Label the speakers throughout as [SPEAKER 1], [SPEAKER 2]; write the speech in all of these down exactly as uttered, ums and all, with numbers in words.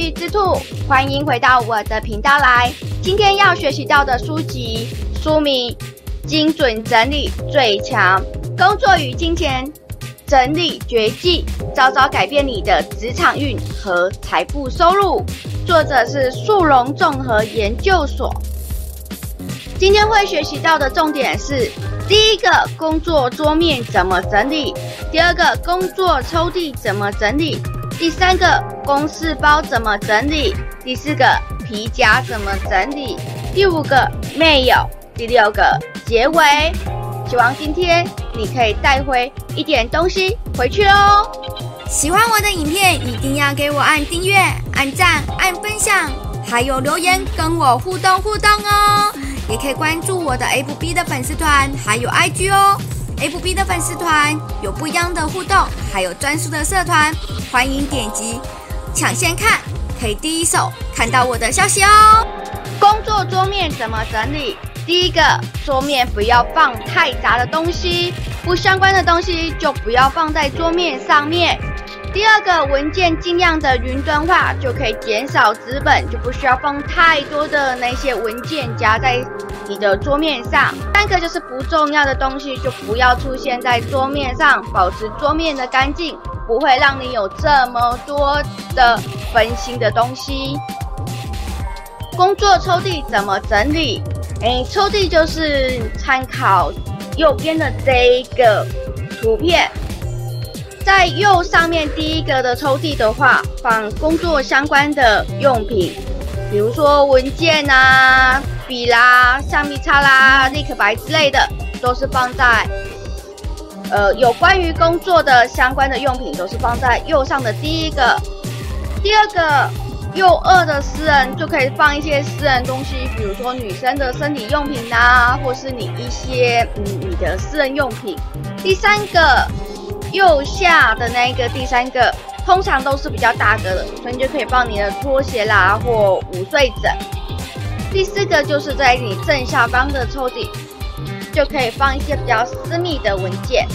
[SPEAKER 1] 习之兔，欢迎回到我的频道来。今天要学习到的书籍书名：精准整理最强工作与金钱整理绝技，早早改变你的职场运和财富收入。作者是树龙综合研究所。今天会学习到的重点是：第一个，工作桌面怎么整理；第二个，工作抽屉怎么整理；第三个，公事包怎么整理；第四个，皮夹怎么整理；第五个，没有；第六个，结尾。希望今天你可以带回一点东西回去咯。
[SPEAKER 2] 喜欢我的影片，一定要给我按订阅、按赞、按分享，还有留言跟我互动互动哦。也可以关注我的 F B 的粉丝团，还有 I G 哦。F B 的粉丝团有不一样的互动，还有专属的社团，欢迎点击抢先看，可以第一手看到我的消息哦。
[SPEAKER 1] 工作桌面怎么整理？第一个，桌面不要放太杂的东西，不相关的东西就不要放在桌面上面。第二个，文件尽量的云端化，就可以减少纸本，就不需要放太多的那些文件夹在你的桌面上。三个就是不重要的东西就不要出现在桌面上，保持桌面的干净，不会让你有这么多的分心的东西。工作抽屉怎么整理？诶，抽屉就是参考右边的这一个图片。在右上面第一个的抽屉的话，放工作相关的用品，比如说文件啊、笔啦、橡皮擦啦、立可白之类的，都是放在呃有关于工作的相关的用品，都是放在右上的第一个。第二个，右二的私人就可以放一些私人东西，比如说女生的身体用品啊，或是你一些嗯你的私人用品。第三个，右下的那个第三个通常都是比较大个的，所以你就可以放你的拖鞋啦或午睡枕。第四个就是在你正下方的抽屉，就可以放一些比较私密的文件。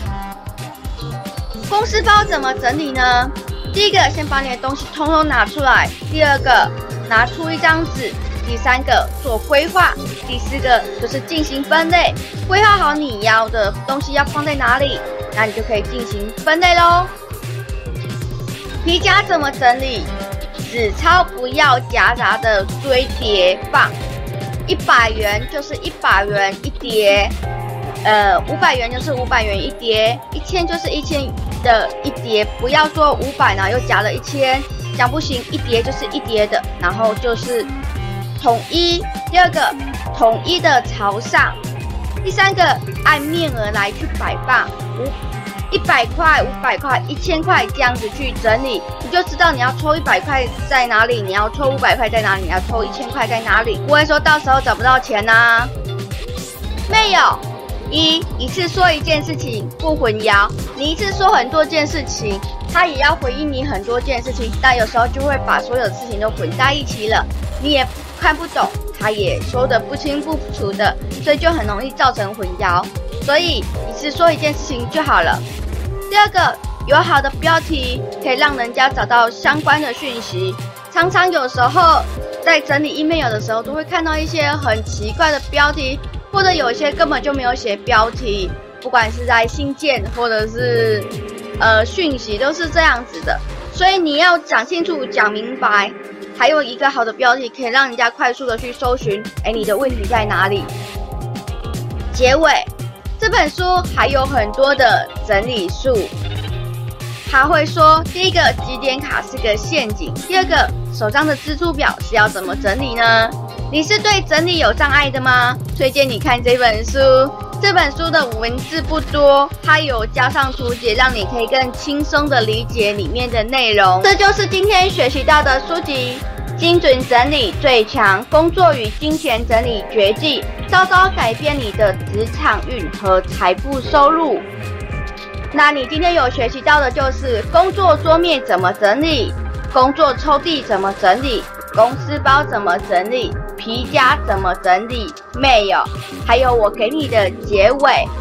[SPEAKER 1] 公事包怎么整理呢？第一个，先把你的东西通通拿出来；第二个，拿出一张纸；第三个，做规划；第四个就是进行分类，规划好你要的东西要放在哪里，那你就可以进行分类咯。皮夹怎么整理？纸钞不要夹杂的堆叠放，一百元就是一百元一叠，呃，五百元就是五百元一叠，一千就是一千的一叠，不要说五百呢又夹了一千，这样不行，一叠就是一叠的，然后就是统一。第二个，统一的朝上。第三个，按面额来去摆放，五一百块、五百块、一千块这样子去整理，你就知道你要抽一百块在哪里，你要抽五百块在哪里，你要抽一千块在哪里，不会说到时候找不到钱啊。没有，一一次说一件事情不混淆，你一次说很多件事情，他也要回应你很多件事情，但有时候就会把所有的事情都混在一起了，你也看不懂，他也说得不清不楚的，所以就很容易造成混淆。所以一次说一件事情就好了。第二个，有好的标题可以让人家找到相关的讯息。常常有时候在整理 email 的时候，都会看到一些很奇怪的标题，或者有一些根本就没有写标题，不管是在信件或者是呃讯息，都是这样子的。所以你要讲清楚、讲明白，还有一个好的标题可以让人家快速的去搜寻，哎，你的问题在哪里？结尾，这本书还有很多的整理术，他会说，第一个，集点卡是个陷阱；第二个，手账的支出表是要怎么整理呢？你是对整理有障碍的吗？推荐你看这本书。这本书的文字不多，它有加上图解，让你可以更轻松的理解里面的内容。这就是今天学习到的书籍，精准整理最强工作与金钱整理绝技，稍稍改变你的职场运和财富收入。那你今天有学习到的就是工作桌面怎么整理，工作抽屉怎么整理，公事包怎么整理，皮夹怎么整理，没有，还有我给你的结尾。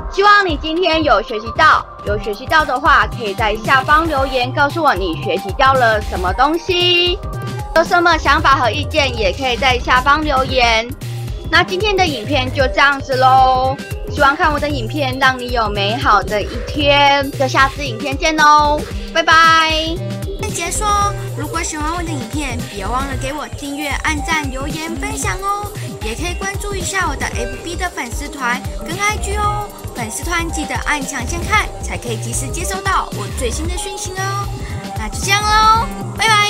[SPEAKER 1] 希望你今天有学习到，有学习到的话，可以在下方留言告诉我你学习到了什么东西。有什么想法和意见，也可以在下方留言。那今天的影片就这样子咯，希望看我的影片让你有美好的一天，就下次影片见咯，拜拜。
[SPEAKER 2] 解说，如果喜欢我的影片，别忘了给我订阅、按赞、留言、分享哦，也可以关注一下我的 F B 的粉丝团跟 I G 哦。粉丝团记得按抢先看，才可以及时接收到我最新的讯息哦。那就这样咯，拜拜。